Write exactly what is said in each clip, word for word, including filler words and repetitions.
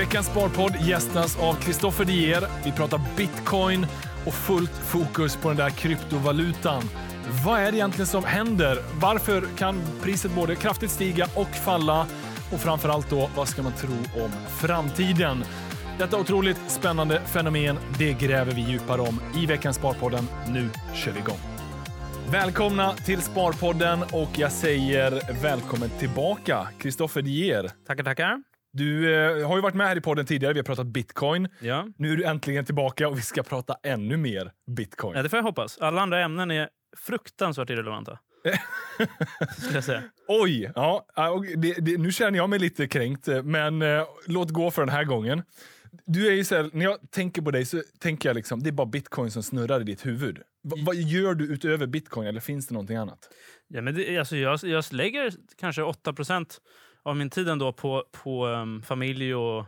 Veckans Sparpodd gästas av Christopher De Geer. Vi pratar bitcoin och fullt fokus på den där kryptovalutan. Vad är det egentligen som händer? Varför kan priset både kraftigt stiga och falla? Och framförallt då, vad ska man tro om framtiden? Detta otroligt spännande fenomen, det gräver vi djupare om i Veckans Sparpodden. Nu kör vi igång. Välkomna till Sparpodden och jag säger välkommen tillbaka, Christopher De Geer. Tackar, tackar. Du eh, har ju varit med här i podden tidigare, vi har pratat bitcoin. Ja. Nu är du äntligen tillbaka och vi ska prata ännu mer bitcoin. Ja, det får jag hoppas. Alla andra ämnen är fruktansvärt irrelevanta. Ska jag säga. Oj, ja, det, det, nu känner jag mig lite kränkt, men eh, låt gå för den här gången. Du är ju så här, när jag tänker på dig så tänker jag liksom, det är bara bitcoin som snurrar i ditt huvud. Va, vad gör du utöver bitcoin, eller finns det någonting annat? Ja, men det, alltså jag, jag lägger kanske åtta procent av min tid ändå på, på um, familj och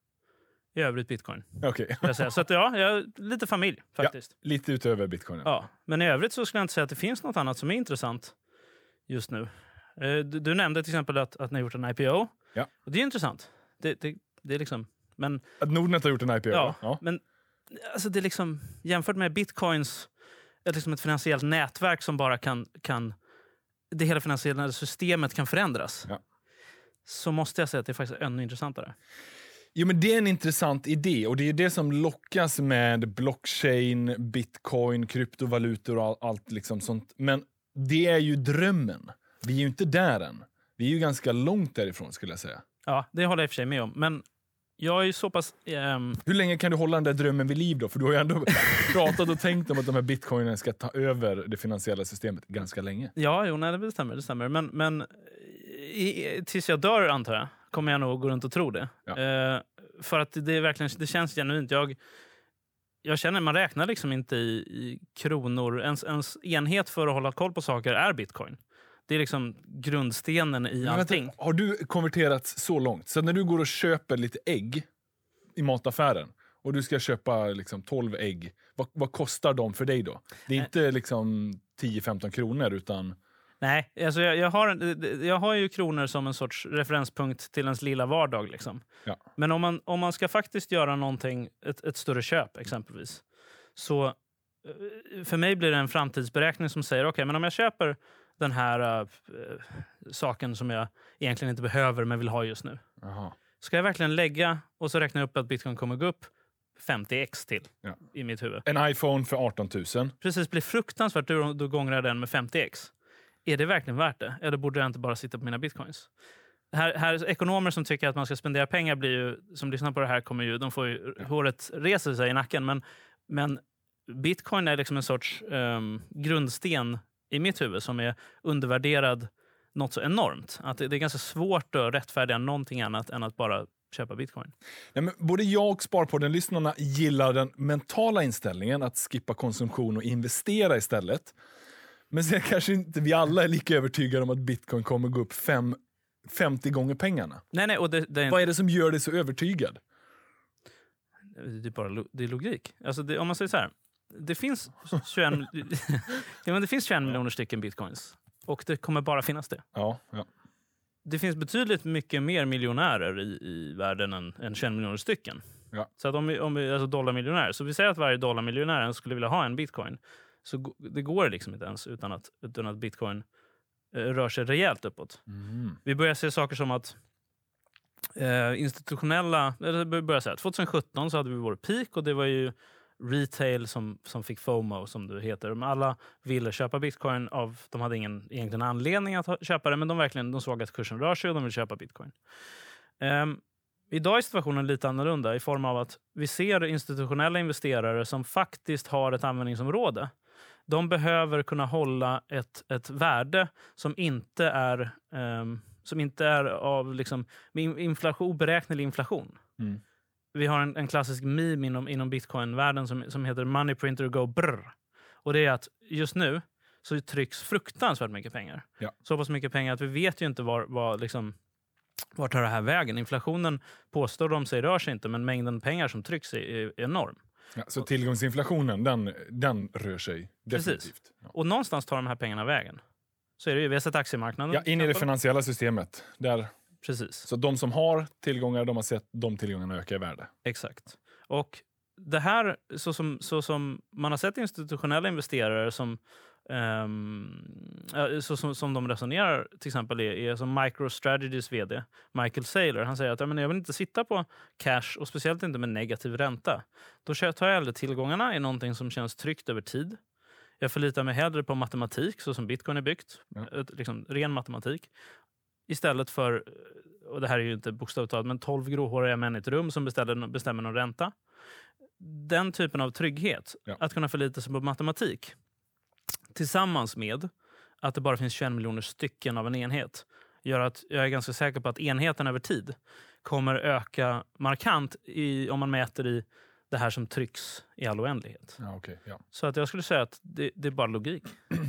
i övrigt bitcoin. Okej. Okay. Så att ja, jag är lite familj faktiskt. Ja, lite utöver bitcoin. Ja. Ja, men i övrigt så skulle jag inte säga att det finns något annat som är intressant just nu. Du, du nämnde till exempel att, att ni har gjort en I P O. Ja. Och det är intressant. Det, det, det är liksom... Men, att Nordnet har gjort en I P O? Ja, ja. Men alltså det är liksom, jämfört med bitcoins, är liksom ett finansiellt nätverk som bara kan, kan det hela finansiella systemet kan förändras. Ja. Så måste jag säga att det är faktiskt ännu intressantare. Jo, men det är en intressant idé och det är det som lockas med blockchain, bitcoin, kryptovalutor och all, allt liksom sånt. Men det är ju drömmen. Vi är ju inte där än. Vi är ju ganska långt därifrån, skulle jag säga. Ja, det håller jag i och för sig med om. Men jag är ju så pass... Um... Hur länge kan du hålla den där drömmen vid liv då? För du har ju ändå pratat och tänkt om att de här bitcoinen ska ta över det finansiella systemet ganska länge. Ja, jo, nej, det stämmer. Det stämmer. Men, men i, tills jag dör, antar jag, kommer jag nog gå runt och tro det. Ja. Uh, för att det, är verkligen, det känns genuint. Jag, jag känner, man räknar liksom inte i, i kronor. Ens, ens enhet för att hålla koll på saker är bitcoin. Det är liksom grundstenen i allting. Vänta, har du konverterat så långt? Så när du går och köper lite ägg i mataffären och du ska köpa liksom tolv ägg, vad, vad kostar de för dig då? Det är inte liksom tio femton kronor utan... Nej, alltså jag, jag, har en, jag har ju kronor som en sorts referenspunkt till ens lilla vardag. Liksom. Ja. Men om man, om man ska faktiskt göra någonting, ett, ett större köp exempelvis, så för mig blir det en framtidsberäkning som säger, okej, okay, men om jag köper den här uh, saken som jag egentligen inte behöver men vill ha just nu. Aha. Ska jag verkligen lägga och så räkna upp att bitcoin kommer gå upp femtio x till ja. i mitt huvud. En iPhone för arton tusen. Precis, blir fruktansvärt du, du gångrar den med femtio x. Är det verkligen värt det? Eller borde jag inte bara sitta på mina bitcoins? Här, här ekonomer som tycker att man ska spendera pengar blir ju, som lyssnar på det här kommer ju, de får ju ja. håret reser sig i nacken. Men, men bitcoin är liksom en sorts um, grundsten i mitt huvud som är undervärderad något så enormt. Att det, det är ganska svårt att rättfärdiga någonting annat än att bara köpa bitcoin. Ja, men både jag och Sparpodden-lyssnarna gillar den mentala inställningen att skippa konsumtion och investera istället. Men sen kanske inte vi alla är lika övertygade om att bitcoin kommer gå upp fem, femtio gånger pengarna. Nej, nej, och det, det är... Vad är det som gör dig så övertygad? Det är bara det är logik. Alltså det, om man säger så här, det finns tjugoen, ja, men det finns tjugoen miljoner stycken bitcoins. Och det kommer bara finnas det. Ja, ja. Det finns betydligt mycket mer miljonärer i, i världen än, än tjugoen miljoner stycken. Ja. Så att om vi, om vi alltså dollarmiljonär, så vi säger att varje dollarmiljonär skulle vilja ha en bitcoin. Så det går liksom inte ens utan att, utan att bitcoin eh, rör sig rejält uppåt. Mm. Vi börjar se saker som att eh, institutionella, eller börjar säga, tjugohundrasjutton så hade vi vår peak och det var ju retail som, som fick FOMO som det heter. Alla ville köpa bitcoin av, de hade ingen egentligen anledning att ha, köpa det, men de verkligen de såg att kursen rör sig och de vill köpa bitcoin. Um, idag är situationen lite annorlunda i form av att vi ser institutionella investerare som faktiskt har ett användningsområde. De behöver kunna hålla ett, ett värde som inte är um, som inte är av liksom, med inflation, oberäknelig inflation. Mm. Vi har en, en klassisk meme inom, inom bitcoin-världen som, som heter money printer go brr. Och det är att just nu så trycks fruktansvärt mycket pengar. Ja. Så pass mycket pengar att vi vet ju inte var, var liksom, vart tar det här vägen. Inflationen påstår de sig rör sig inte, men mängden pengar som trycks är, är enorm. Ja, så tillgångsinflationen, den, den rör sig definitivt. Precis. Ja. Och någonstans tar de här pengarna vägen. Så är det ju, vi har sett aktiemarknaden. Ja, in i det finansiella systemet. Där, Precis. Så de som har tillgångar, de har sett de tillgångarna öka i värde. Exakt. Och det här, så som, så som man har sett institutionella investerare som Um, så som, som de resonerar till exempel är, är som MicroStrategy's vd Michael Saylor. Han säger att jag, men jag vill inte sitta på cash och speciellt inte med negativ ränta. Då tar jag hellre tillgångarna i någonting som känns tryggt över tid. Jag förlitar mig hellre på matematik så som Bitcoin är byggt. Ja. Ett, liksom, ren matematik. Istället för, och det här är ju inte bokstavligt talat, men tolv gråhåriga män i ett rum som bestämmer, bestämmer någon ränta. Den typen av trygghet, ja. Att kunna förlita sig på matematik tillsammans med att det bara finns tjugoen miljoner stycken av en enhet gör att jag är ganska säker på att enheten över tid kommer öka markant i, om man mäter i det här som trycks i all oändlighet. Ja, okay, ja. Så att jag skulle säga att det, det är bara logik.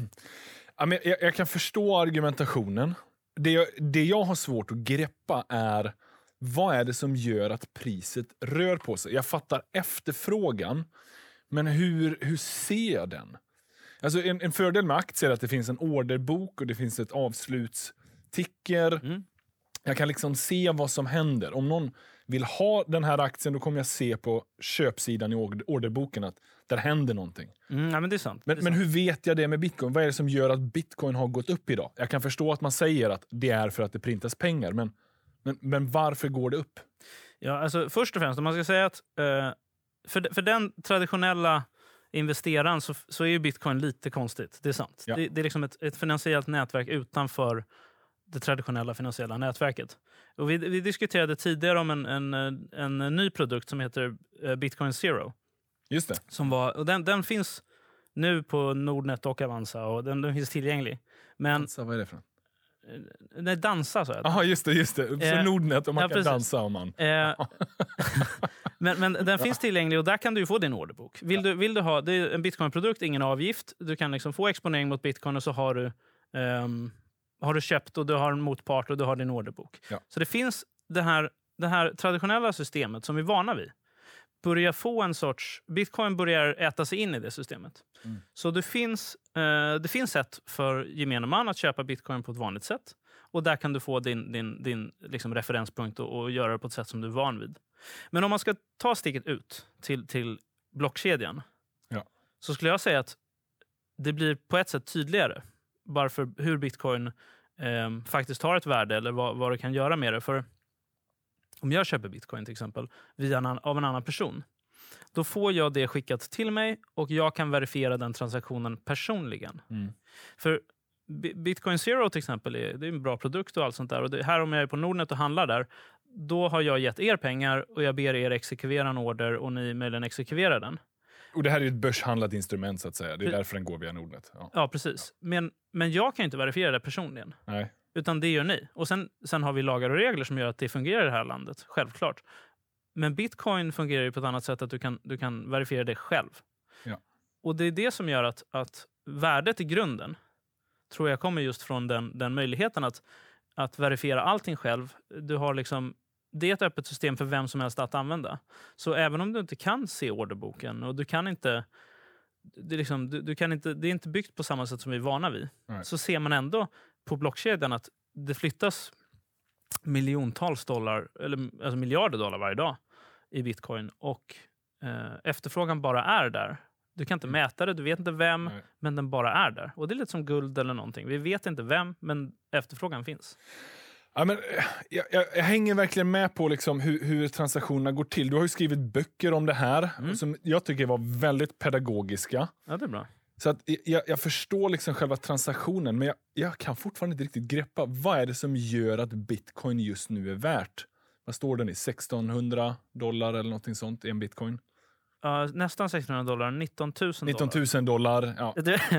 Ja, men jag, jag kan förstå argumentationen. Det jag, det jag har svårt att greppa är vad är det som gör att priset rör på sig? Jag fattar efterfrågan, men hur, hur ser jag den? Alltså en, en fördel med aktier är att det finns en orderbok och det finns ett avslutsticker. Mm. Jag kan liksom se vad som händer. Om någon vill ha den här aktien, då kommer jag se på köpsidan i orderboken att där händer någonting. Mm, ja, men det är sant. Men, det är men sant. hur vet jag det med Bitcoin? Vad är det som gör att Bitcoin har gått upp idag? Jag kan förstå att man säger att det är för att det printas pengar, men, men, men varför går det upp? Ja, alltså först och främst, om man ska säga att eh, för, för den traditionella investeraren så, så är ju Bitcoin lite konstigt. Det är sant. Ja. Det, det är liksom ett, ett finansiellt nätverk utanför det traditionella finansiella nätverket. Och vi, vi diskuterade tidigare om en, en, en, en ny produkt som heter Bitcoin Zero. Just det. Som var, och den, den finns nu på Nordnet och Avanza och den, den finns tillgänglig. Men, Avanza, vad är det för? Nej, dansa så. Jaha, just det, just det. Så eh, Nordnet och man ja, kan precis. dansa om man... Eh, men, men den finns tillgänglig och där kan du få din orderbok. Vill du, vill du ha, det är en Bitcoin-produkt, ingen avgift. Du kan liksom få exponering mot Bitcoin och så har du, um, har du köpt och du har en motpart och du har din orderbok. Ja. Så det finns det här, det här traditionella systemet som vi är vana vid. Börjar få en sorts... Bitcoin börjar äta sig in i det systemet. Mm. Så det finns, eh, det finns sätt för gemene man att köpa Bitcoin på ett vanligt sätt. Och där kan du få din, din, din liksom referenspunkt och, och göra det på ett sätt som du är van vid. Men om man ska ta steget ut till, till blockkedjan, ja. Så skulle jag säga att det blir på ett sätt tydligare varför, hur Bitcoin eh, faktiskt har ett värde eller vad, vad det kan göra med det. För om jag köper Bitcoin till exempel via en, av en annan person, då får jag det skickat till mig och jag kan verifiera den transaktionen personligen. Mm. För B- Bitcoin Zero till exempel är, det är en bra produkt och allt sånt där. Och det, här om jag är på Nordnet och handlar där, då har jag gett er pengar och jag ber er exekvera en order och ni möjligen exekverar den. Och det här är ett börshandlat instrument så att säga. Det är därför den går via Nordnet. Ja, ja precis. Ja. Men, men jag kan ju inte verifiera det personligen. Nej. Utan det gör ni. Och sen, sen har vi lagar och regler som gör att det fungerar i det här landet. Självklart. Men Bitcoin fungerar ju på ett annat sätt att du kan, du kan verifiera det själv. Ja. Och det är det som gör att, att värdet i grunden tror jag kommer just från den, den möjligheten att, att verifiera allting själv. Du har liksom, det är ett öppet system för vem som helst att använda. Så även om du inte kan se orderboken och du kan inte... Det är, liksom, du, du kan inte, det är inte byggt på samma sätt som vi är vana vid. Nej. Så ser man ändå på blockkedjan att det flyttas miljontals dollar, eller alltså miljarder dollar varje dag i Bitcoin. Och eh, efterfrågan bara är där. Du kan inte mäta det, du vet inte vem, Nej. Men den bara är där. Och det är lite som guld eller någonting. Vi vet inte vem, men efterfrågan finns. Ja, men, jag, jag, jag hänger verkligen med på liksom hur, hur transaktionerna går till. Du har ju skrivit böcker om det här mm. som jag tycker var väldigt pedagogiska. Ja, det är bra. Så att jag, jag förstår liksom själva transaktionen, men jag, jag kan fortfarande inte riktigt greppa vad är det som gör att Bitcoin just nu är värt. Vad står den i? sextonhundra dollar eller någonting sånt i en Bitcoin? Uh, nästan sextonhundra dollar, nitton tusen dollar. nitton tusen dollar, ja.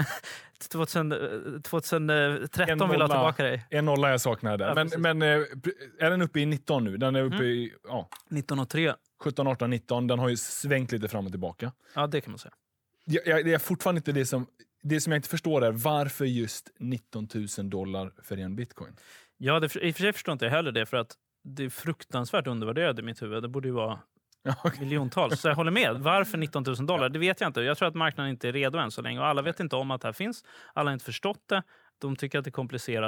tjugohundratretton vill jag tillbaka dig. En nolla jag saknar där. Ja, men, men är den uppe i nitton nu? Den är uppe mm. i ja. nitton och tre. sjutton, arton, nitton. Den har ju svängt lite fram och tillbaka. Ja, det kan man säga. Jag, jag, det är fortfarande inte det som... Det som jag inte förstår är varför just nitton tusen dollar för en Bitcoin? Ja, det, i och för sig förstår inte jag heller det, för att det är fruktansvärt undervärderat i mitt huvud. Det borde ju vara okay. miljontals. Så jag håller med. Varför nitton tusen dollar? Ja. Det vet jag inte. Jag tror att marknaden inte är redo än så länge. Och alla vet inte om att det här finns. Alla har inte förstått det. De tycker att det är komplicerat.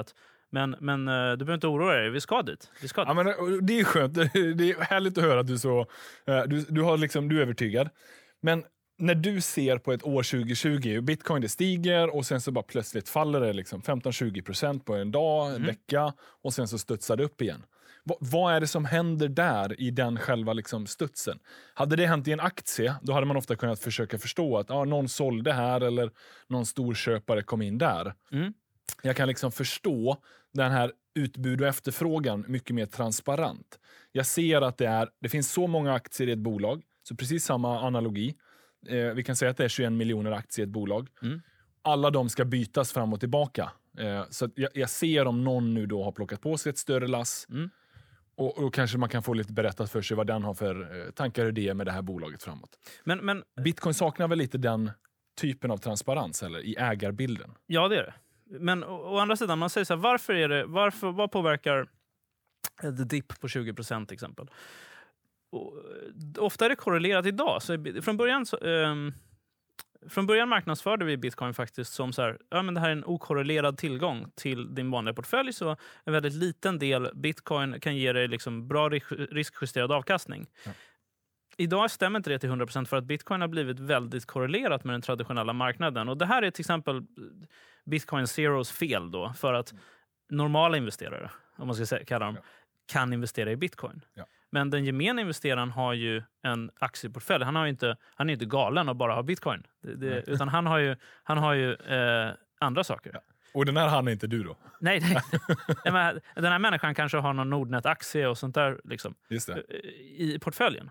Men, men du behöver inte oroa dig, vi ska dit. Vi ska dit. Ja, men det är skönt, det är härligt att höra att du, så, du, du, har liksom, du är övertygad. Men när du ser på ett år tjugo tjugo, bitcoin det stiger och sen så bara plötsligt faller det liksom femton till tjugo procent på en dag, en mm. vecka och sen så studsar det upp igen. Va, vad är det som händer där i den själva liksom studsen? Hade det hänt i en aktie, då hade man ofta kunnat försöka förstå att ah, någon sålde här eller någon stor köpare kom in där. Mm. Jag kan liksom förstå den här utbud och efterfrågan mycket mer transparent. Jag ser att det, är, det finns så många aktier i ett bolag, så precis samma analogi. Eh, vi kan säga att det är tjugoen miljoner aktier i ett bolag. Mm. Alla de ska bytas fram och tillbaka. Eh, så jag, jag ser om någon nu då har plockat på sig ett större lass. Mm. Och, och kanske man kan få lite berättat för sig vad den har för eh, tankar och idéer med det här bolaget framåt. Men, men Bitcoin saknar väl lite den typen av transparens eller i ägarbilden? Ja, det är det. Men å, å andra sidan, man säger så här, varför är det, varför, vad påverkar ett dipp på tjugo procent till exempel? Och, ofta är det korrelerat idag. Så från början så, um, från början marknadsförde vi Bitcoin faktiskt som så här, ja, men det här är en okorrelerad tillgång till din vanliga portfölj, så en väldigt liten del Bitcoin kan ge dig liksom bra riskjusterad avkastning. Ja. Idag stämmer inte det till hundra procent för att Bitcoin har blivit väldigt korrelerat med den traditionella marknaden. Och det här är till exempel Bitcoin Zeros fel då, för att normala investerare, om man ska säga, kalla dem, ja. kan investera i Bitcoin. Ja. Men den gemene investeraren har ju en aktieportfölj. Han, har ju inte, han är inte galen och bara har Bitcoin. Det, det, utan han har ju, han har ju eh, andra saker. Ja. Och den här han är inte du då? Nej, nej. Den här människan kanske har någon Nordnet-aktie och sånt där liksom, Just det. i portföljen.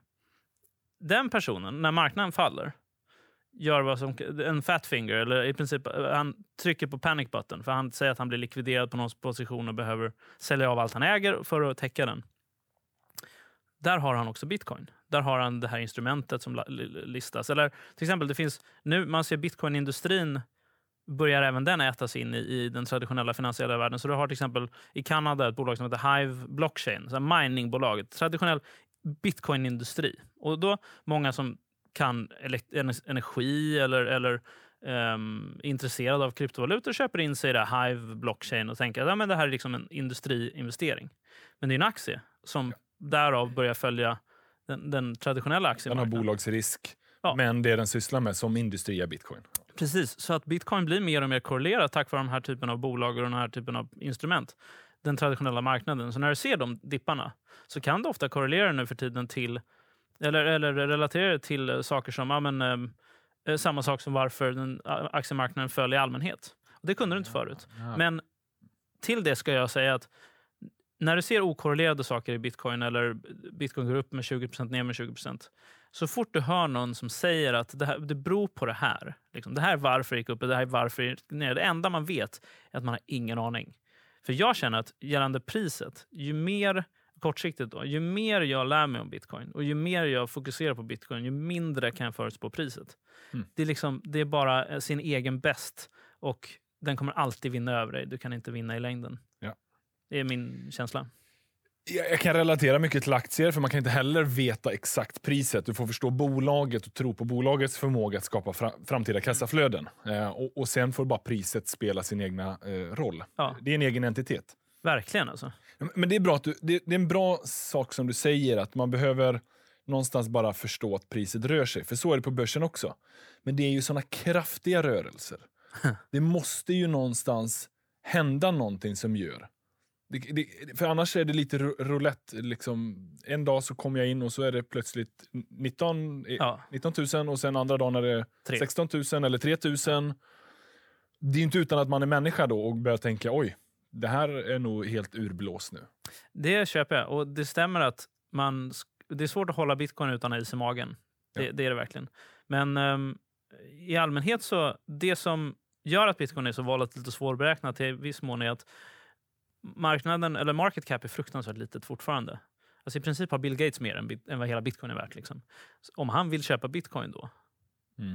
Den personen, när marknaden faller, gör vad som en fat finger, eller i princip han trycker på panic button för han säger att han blir likviderad på någon position och behöver sälja av allt han äger för att täcka den. Där har han också Bitcoin. Där har han det här instrumentet som listas. Eller till exempel, det finns nu, man ser Bitcoin-industrin börjar även den ätas in i, i den traditionella finansiella världen. Så du har till exempel i Kanada ett bolag som heter Hive Blockchain, så miningbolag, traditionell Bitcoin-industri. Och då många som kan energi eller, eller um, intresserade av kryptovalutor köper in sig i det Hive Blockchain och tänker att ja, men det här är liksom en industriinvestering. Men det är en aktie som ja. därav börjar följa den, den traditionella aktiemarknaden. Den har bolagsrisk, ja. men det den sysslar med som industri är Bitcoin. Precis, så att Bitcoin blir mer och mer korrelerat tack vare den här typen av bolag och den här typen av instrument. Den traditionella marknaden. Så när du ser de dipparna så kan det ofta korrelera nu för tiden till eller, eller relatera till saker som ja, men, eh, samma sak som varför den aktiemarknaden föll i allmänhet. Och det kunde du inte förut. Ja. Men till det ska jag säga att när du ser okorrelerade saker i Bitcoin eller Bitcoin går upp med tjugo procent, ner med tjugo procent, så fort du hör någon som säger att det, här, det beror på det här. Liksom, det här är varför det gick upp och det här är varför det gick ner. Det enda man vet är att man har ingen aning. För jag känner att gällande priset, ju mer kortsiktigt då, ju mer jag lär mig om Bitcoin och ju mer jag fokuserar på Bitcoin, ju mindre kan jag förutspå priset. Mm. Det är liksom, det är bara sin egen bäst och den kommer alltid vinna över dig. Du kan inte vinna i längden. Ja. Det är min känsla. Jag, jag kan relatera mycket till aktier, för man kan inte heller veta exakt priset. Du får förstå bolaget och tro på bolagets förmåga att skapa fra- framtida kassaflöden. Eh, och, och sen får bara priset spela sin egna eh, roll. Ja. Det är en egen entitet. Verkligen alltså. Men det är bra att du, det, det är en bra sak som du säger, att man behöver någonstans bara förstå att priset rör sig. För så är det på börsen också. Men det är ju såna kraftiga rörelser. Det måste ju någonstans hända någonting som gör. Det, det, för annars är det lite roulette. Liksom, en dag så kommer jag in och så är det plötsligt nitton, ja. nitton tusen och sen andra dagen är det tre. sexton tusen eller tre tusen. Det är ju inte utan att man är människa då och börjar tänka, oj, det här är nog helt urblås nu. Det köper jag. Och det stämmer att man, det är svårt att hålla Bitcoin utan is i magen. Det, ja. det är det verkligen. Men um, i allmänhet så, det som gör att Bitcoin är så volatilt och svårberäknat till viss mån är att marknaden, eller market cap är fruktansvärt litet fortfarande. Alltså i princip har Bill Gates mer än, än vad hela Bitcoin är värt. Liksom. Om han vill köpa Bitcoin då, mm.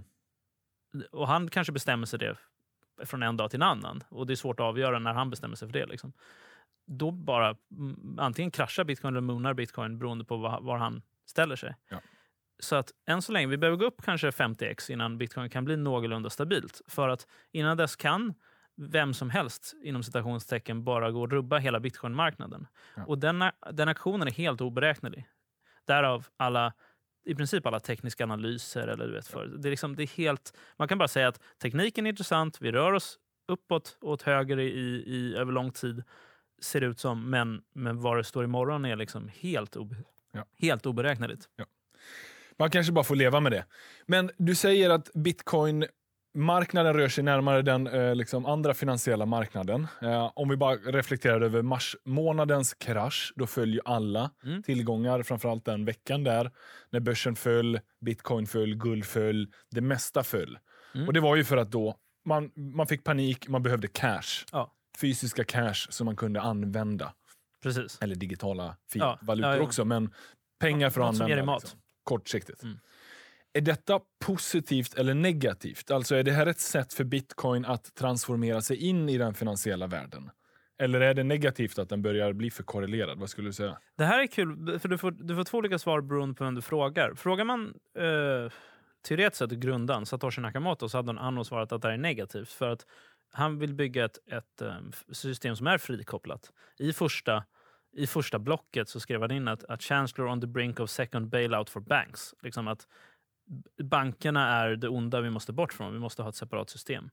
och han kanske bestämmer sig det från en dag till en annan, och det är svårt att avgöra när han bestämmer sig för det. Liksom. Då bara m- antingen kraschar Bitcoin eller moonar Bitcoin beroende på var, var han ställer sig. Ja. Så att än så länge, vi behöver gå upp kanske femtio x innan Bitcoin kan bli någorlunda stabilt. För att innan dess kan vem som helst inom citationstecken bara gå och rubba hela bitcoin-marknaden. Ja. Och den, den aktionen är helt oberäknelig. Därav alla, i princip alla tekniska analyser. Eller du vet, för. Det är liksom, det är helt, man kan bara säga att tekniken är intressant, vi rör oss uppåt och åt höger i, i, över lång tid, ser det ut som, men, men vad det står imorgon är liksom helt, obe, ja. helt oberäkneligt. Ja. Man kanske bara får leva med det. Men du säger att bitcoin marknaden rör sig närmare den eh, liksom andra finansiella marknaden. Eh, om vi bara reflekterar över mars månadens krasch, då följer alla mm. tillgångar, framförallt den veckan där, när börsen föll, bitcoin föll, guld föll, det mesta föll. Mm. Och det var ju för att då man, man fick panik, man behövde cash. Ja. Fysiska cash som man kunde använda. Precis. Eller digitala ja. valutor ja, ja. också, men pengar för att använda. Som ger mat. Liksom, kortsiktigt. Mm. Är detta positivt eller negativt? Alltså är det här ett sätt för bitcoin att transformera sig in i den finansiella världen? Eller är det negativt att den börjar bli för korrelerad? Vad skulle du säga? Det här är kul, för du får, du får två olika svar beroende på vem du frågar. Frågar man eh, teoretiskt sett grundan Satoshi Nakamoto, så hade han nog svarat att det här är negativt. För att han vill bygga ett, ett um, system som är frikopplat. I första, i första blocket så skrev han in att, att Chancellor on the brink of second bailout for banks. Liksom att bankerna är det onda vi måste bort från. Vi måste ha ett separat system.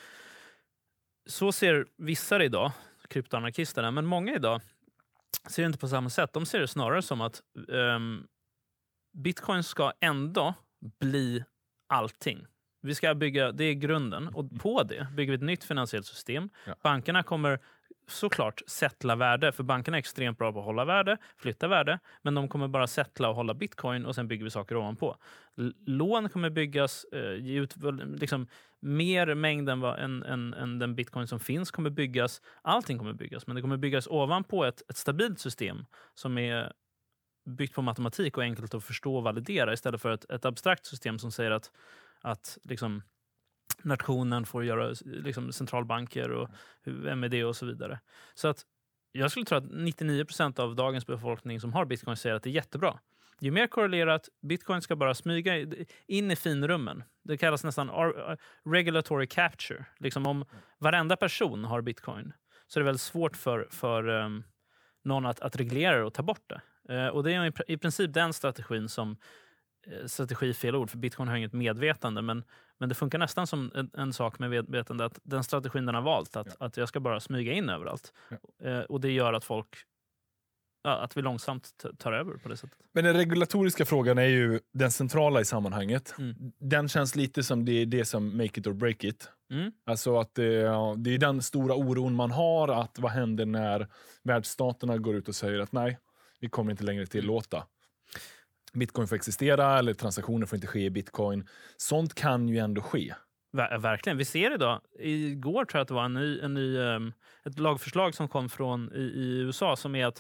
Så ser vissa idag, kryptoanarkisterna, men många idag ser det inte på samma sätt. De ser det snarare som att um, bitcoin ska ändå bli allting. Vi ska bygga, det är grunden, och på det bygger vi ett nytt finansiellt system. Ja. Bankerna kommer såklart sättla värde, för bankerna är extremt bra på att hålla värde, flytta värde, men de kommer bara sättla och hålla bitcoin, och sen bygger vi saker ovanpå. L- lån kommer byggas, eh, ge ut liksom mer mängd än, vad, än, än, än den bitcoin som finns kommer byggas. Allting kommer byggas, men det kommer byggas ovanpå ett, ett stabilt system som är byggt på matematik och enkelt att förstå och validera, istället för ett, ett abstrakt system som säger att att liksom nationen får göra liksom centralbanker och M E D och så vidare. Så att jag skulle tro att nittionio procent av dagens befolkning som har bitcoin säger att det är jättebra. Ju mer korrelerat, bitcoin ska bara smyga in i finrummen. Det kallas nästan regulatory capture. Liksom om varenda person har bitcoin, så är det väldigt svårt för, för um, någon att, att reglera det och ta bort det. Uh, och det är i, i princip den strategin som strategi fel ord, för bitcoin har inget medvetande, men, men det funkar nästan som en, en sak med medvetande, att den strategin den har valt, att, ja. att jag ska bara smyga in överallt. Ja. Eh, och det gör att folk ja, att vi långsamt t- tar över på det sättet. Men den regulatoriska frågan är ju den centrala i sammanhanget. Mm. Den känns lite som det är det som make it or break it. Mm. Alltså att det, ja, det är den stora oron man har, att vad händer när världsstaterna går ut och säger att nej, vi kommer inte längre tillåta bitcoin får existera, eller transaktioner får inte ske i bitcoin. Sånt kan ju ändå ske. Ver- verkligen. Vi ser idag, igår tror jag att det var en ny, en ny, um, ett lagförslag som kom från i, i U S A, som är att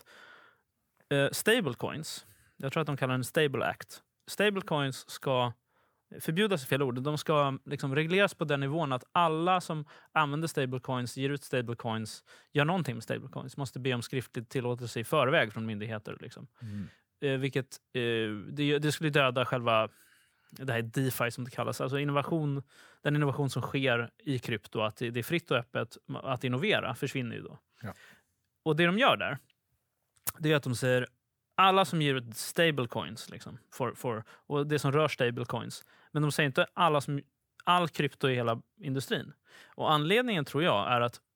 uh, stablecoins, jag tror att de kallar den Stable Act. Stablecoins ska förbjudas, i fel ord. De ska liksom regleras på den nivån att alla som använder stablecoins, ger ut stablecoins, gör någonting med stablecoins, måste be om skriftligt tillåtelse i förväg från myndigheter. Liksom. Mm. Eh, vilket eh, det, det skulle döda själva det här DeFi som det kallas, alltså innovation, den innovation som sker i krypto, att det, det är fritt och öppet att innovera, försvinner ju då. Ja. Och det de gör där, det är att de säger alla som ger ut stablecoins liksom, for, for, och det som rör stablecoins, men de säger inte alla som, all krypto i hela industrin. Och anledningen tror jag är att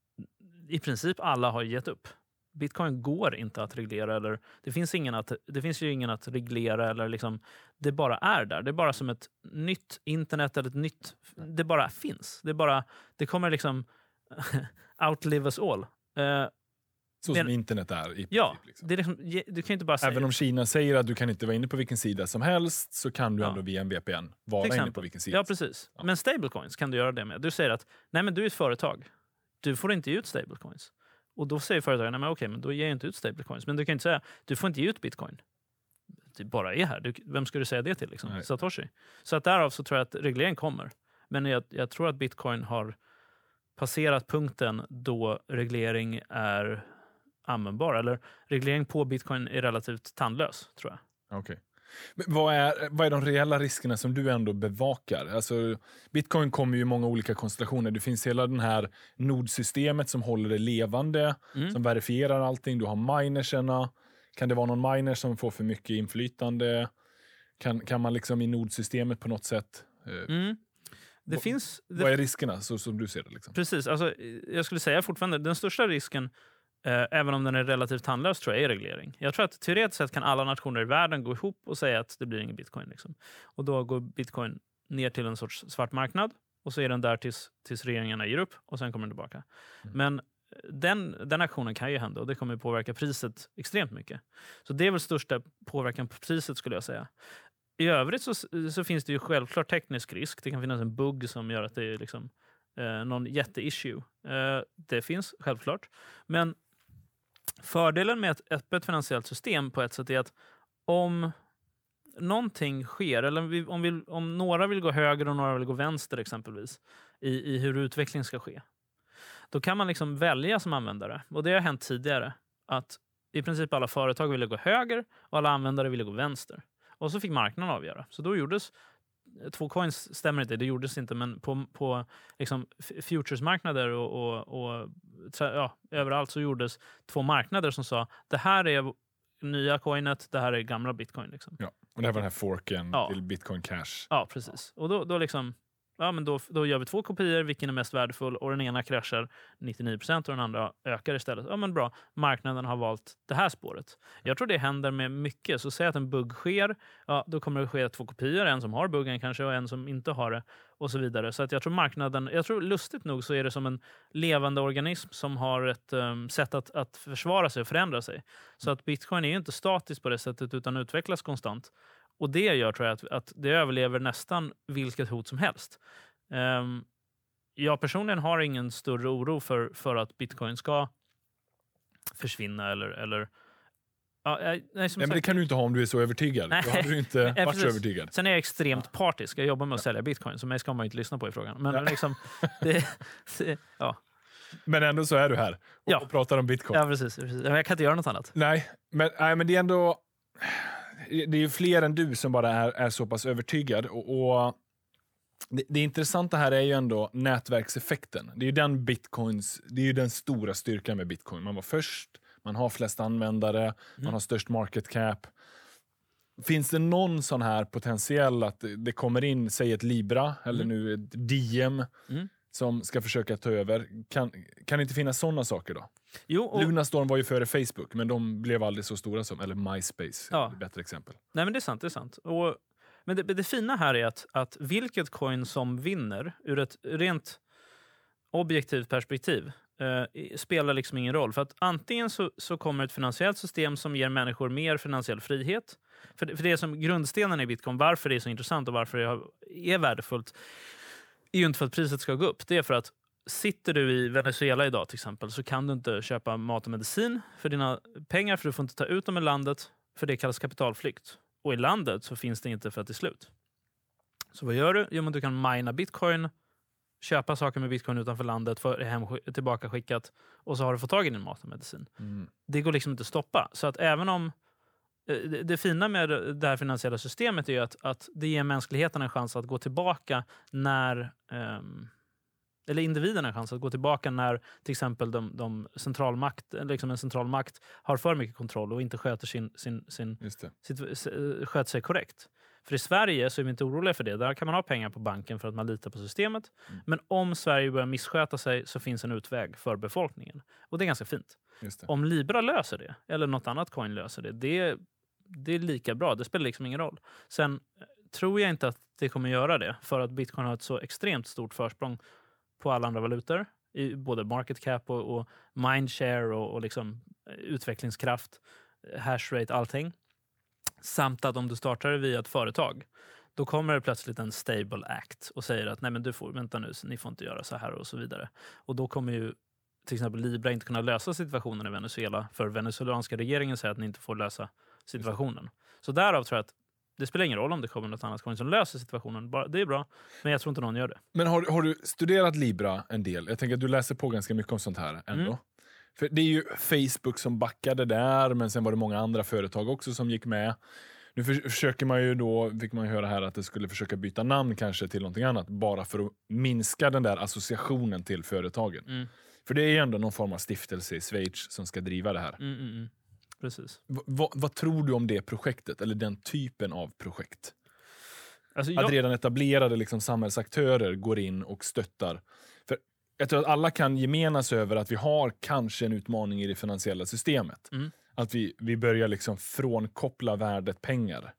i princip alla har gett upp. Bitcoin går inte att reglera, eller det finns ingen att det finns ju ingen att reglera, eller liksom det bara är där. Det är bara som ett nytt internet, eller ett nytt, det bara finns. Det bara det kommer liksom outlive us all. Uh, Så men, som internet är i princip. Ja, liksom. Det är liksom, du kan inte bara säga. Även om Kina säger att du kan inte vara inne på vilken sida som helst, så kan du ja. ändå via en V P N vara inne på vilken sida. Ja, precis. Ja. Men stablecoins kan du göra det med. Du säger att nej, men du är ett företag. Du får inte ge ut stablecoins. Och då säger företagen, nej men okej, men då ger jag inte ut stablecoins. Men du kan inte säga, du får inte ge ut bitcoin. Det bara är här. Du, vem ska du säga det till? Liksom? Satoshi. Så att därav så tror jag att reglering kommer. Men jag, jag tror att bitcoin har passerat punkten då reglering är användbar. Eller reglering på bitcoin är relativt tandlös, tror jag. Okej. Okay. Men vad, är, vad är de reella riskerna som du ändå bevakar? Alltså, Bitcoin kommer ju i många olika konstellationer. Det finns hela den här nodsystemet som håller det levande, mm. som verifierar allting. Du har minerserna. Kan det vara någon miner som får för mycket inflytande? Kan, kan man liksom i nodsystemet på något sätt... Eh, mm. det vad, finns, det, vad är riskerna så som du ser det? Liksom? Precis. Alltså, jag skulle säga fortfarande den största risken, eh, även om den är relativt tandlös, tror jag är reglering. Jag tror att teoretiskt sett kan alla nationer i världen gå ihop och säga att det blir ingen bitcoin. Liksom. Och då går bitcoin ner till en sorts svart marknad och så är den där tills, tills regeringarna ger upp och sen kommer den tillbaka. Mm. Men den, den aktionen kan ju hända och det kommer påverka priset extremt mycket. Så det är väl största påverkan på priset skulle jag säga. I övrigt så, så finns det ju självklart teknisk risk. Det kan finnas en bugg som gör att det är liksom, eh, någon jätteissue. Eh, det finns självklart. Men fördelen med ett öppet finansiellt system på ett sätt är att om någonting sker, eller om, vi, om, vi, om några vill gå höger och några vill gå vänster exempelvis, i, i hur utveckling ska ske, då kan man liksom välja som användare. Och det har hänt tidigare att i princip alla företag ville gå höger och alla användare ville gå vänster. Och så fick marknaden avgöra. Så då gjordes, två coins stämmer inte, det gjordes inte, men på, på liksom futuresmarknader och, och, och ja, överallt så gjordes två marknader som sa det här är nya coinet, det här är gamla bitcoin. Liksom. Ja, och det här var den här forken ja. till Bitcoin Cash. Ja, precis. Och då, då liksom... Ja, men då, då gör vi två kopior, vilken är mest värdefull, och den ena kraschar nittionio procent och den andra ökar istället. Ja, men bra. Marknaden har valt det här spåret. Jag tror det händer med mycket. Så säg att en bugg sker, ja, då kommer det ske två kopior, en som har buggen kanske och en som inte har det och så vidare. Så att jag tror marknaden, jag tror lustigt nog så är det som en levande organism som har ett um, sätt att, att försvara sig och förändra sig. Så att Bitcoin är ju inte statiskt på det sättet utan utvecklas konstant. Och det gör tror jag att, att det överlever nästan vilket hot som helst. Um, jag personligen har ingen större oro för, för att Bitcoin ska försvinna eller... eller ja, nej, som nej, sagt, men det kan du inte ha om du är så övertygad. Nej, då hade du inte varit precis. så övertygad. Sen är jag extremt partisk. Jag jobbar med att ja. sälja Bitcoin, så mig ska man inte lyssna på i frågan. Men ja. liksom... Det, det, ja. Men ändå så är du här och, ja. och pratar om Bitcoin. Ja, precis, precis. Jag kan inte göra något annat. Nej, men, nej, men det är ändå... Det är ju fler än du som bara är, är så pass övertygad. Och, och det, det intressanta här är ju ändå nätverkseffekten. Det är ju den Bitcoins, det är ju den stora styrkan med Bitcoin. Man var först, man har flest användare, mm. man har störst market cap. Finns det någon sån här potentiell att det kommer in, säg ett Libra eller mm. nu ett D M mm. som ska försöka ta över? Kan, kan det inte finnas sådana saker då? Jo, och... Lunarstorm var ju före Facebook, men de blev aldrig så stora som, eller MySpace, ja. ett bättre exempel. Nej, men det är sant, det är sant. Och, men det, det fina här är att, att vilket coin som vinner ur ett rent objektivt perspektiv eh, spelar liksom ingen roll. För att antingen så, så kommer ett finansiellt system som ger människor mer finansiell frihet. För det, för det är som grundstenen i Bitcoin, varför det är så intressant och varför det är värdefullt, är ju inte för att priset ska gå upp. Det är för att sitter du i Venezuela idag till exempel, så kan du inte köpa mat och medicin för dina pengar, för du får inte ta ut dem i landet, för det kallas kapitalflykt. Och i landet så finns det inte för att det är slut. Så vad gör du? Jo, men du kan mina Bitcoin, köpa saker med Bitcoin utanför landet, få hem tillbaka skickat, och så har du fått tag i din mat och medicin. Mm. Det går liksom inte att stoppa. Så att även om det, det fina med det här finansiella systemet är ju att, att det ger mänskligheten en chans att gå tillbaka när um, eller individerna en chans att gå tillbaka när till exempel de, de centralmakt, liksom en centralmakt har för mycket kontroll och inte sköter, sin, sin, sin, sitt, sköter sig korrekt. För i Sverige så är vi inte oroliga för det. Där kan man ha pengar på banken för att man litar på systemet. Mm. Men om Sverige börjar missköta sig så finns en utväg för befolkningen. Och det är ganska fint. Om Libra löser det, eller något annat coin löser det, det, det är lika bra. Det spelar liksom ingen roll. Sen tror jag inte att det kommer göra det, för att Bitcoin har ett så extremt stort försprång på alla andra valutor, i både market cap och, och mindshare och, och liksom utvecklingskraft, hashrate, allting. Samt att om du startar via ett företag, då kommer det plötsligt en stable act och säger att nej, men du får, vänta nu, ni får inte göra så här och så vidare. Och då kommer ju till exempel Libra inte kunna lösa situationen i Venezuela, för venezuelanska regeringen säger att ni inte får lösa situationen. Så därav tror jag att det spelar ingen roll om det kommer något annat coin som löser situationen. Det är bra, men jag tror inte någon gör det. Men har, har du studerat Libra en del? Jag tänker att du läser på ganska mycket om sånt här ändå. Mm. För det är ju Facebook som backade där, men sen var det många andra företag också som gick med. Nu för, försöker man ju då, fick man ju höra här att det skulle försöka byta namn kanske till någonting annat, bara för att minska den där associationen till företagen. Mm. För det är ju ändå någon form av stiftelse i Schweiz som ska driva det här. Mm, mm, mm. Precis. V- vad, vad tror du om det projektet, eller den typen av projekt? Alltså jag... Att redan etablerade liksom, samhällsaktörer går in och stöttar. För jag tror att alla kan gemenas över att vi har kanske en utmaning i det finansiella systemet. Mm. Att vi, vi börjar liksom frånkoppla värdet pengar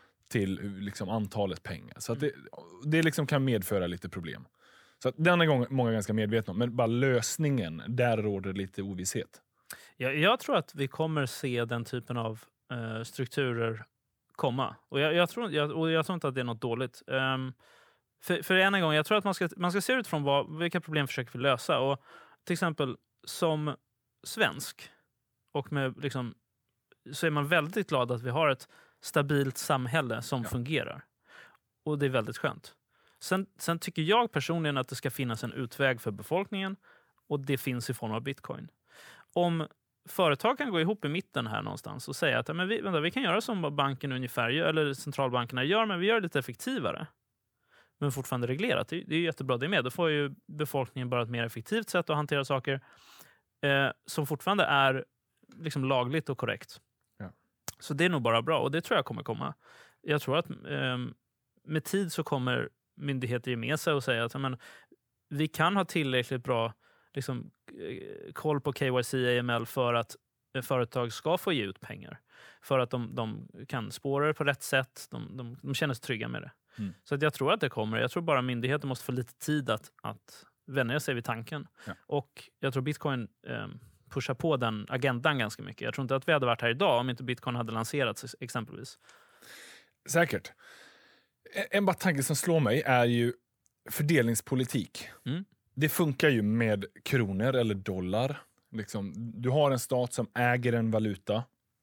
till liksom antalet pengar. Så att det, det liksom kan medföra lite problem. Så att den är många ganska medvetna om. Men bara lösningen, där råder lite ovisshet. Jag, jag tror att vi kommer se den typen av uh, strukturer komma. Och jag, jag, tror, jag, och jag tror inte att det är något dåligt. Um, för, för en gång, jag tror att man ska, man ska se utifrån vad, vilka problem försöker vi lösa. Och till exempel som svensk och med liksom, så är man väldigt glad att vi har ett stabilt samhälle som ja. fungerar. Och det är väldigt skönt. Sen, sen tycker jag personligen att det ska finnas en utväg för befolkningen, och det finns i form av bitcoin. Om företag kan gå ihop i mitten här någonstans och säga att ja, men vi, vänta, vi kan göra som banken ungefär, eller centralbankerna gör, men vi gör det lite effektivare. Men fortfarande reglerat. Det, det är jättebra det med. Då får ju befolkningen bara ett mer effektivt sätt att hantera saker eh, som fortfarande är liksom lagligt och korrekt. Ja. Så det är nog bara bra, och det tror jag kommer komma. Jag tror att eh, med tid så kommer myndigheter ge med sig och säga att ja, men, vi kan ha tillräckligt bra liksom, koll på K Y C A M L för att företag ska få ge ut pengar. För att de, de kan spåra det på rätt sätt. De, de, de känner sig trygga med det. Mm. Så att jag tror att det kommer. Jag tror bara myndigheter måste få lite tid att, att vänja sig vid tanken. Ja. Och jag tror Bitcoin eh, pushar på den agendan ganska mycket. Jag tror inte att vi hade varit här idag om inte Bitcoin hade lanserats exempelvis. Säkert. En bara tanke som slår mig är ju fördelningspolitik. Mm. Det funkar ju med kronor eller dollar. Liksom, du har en stat som äger en valuta.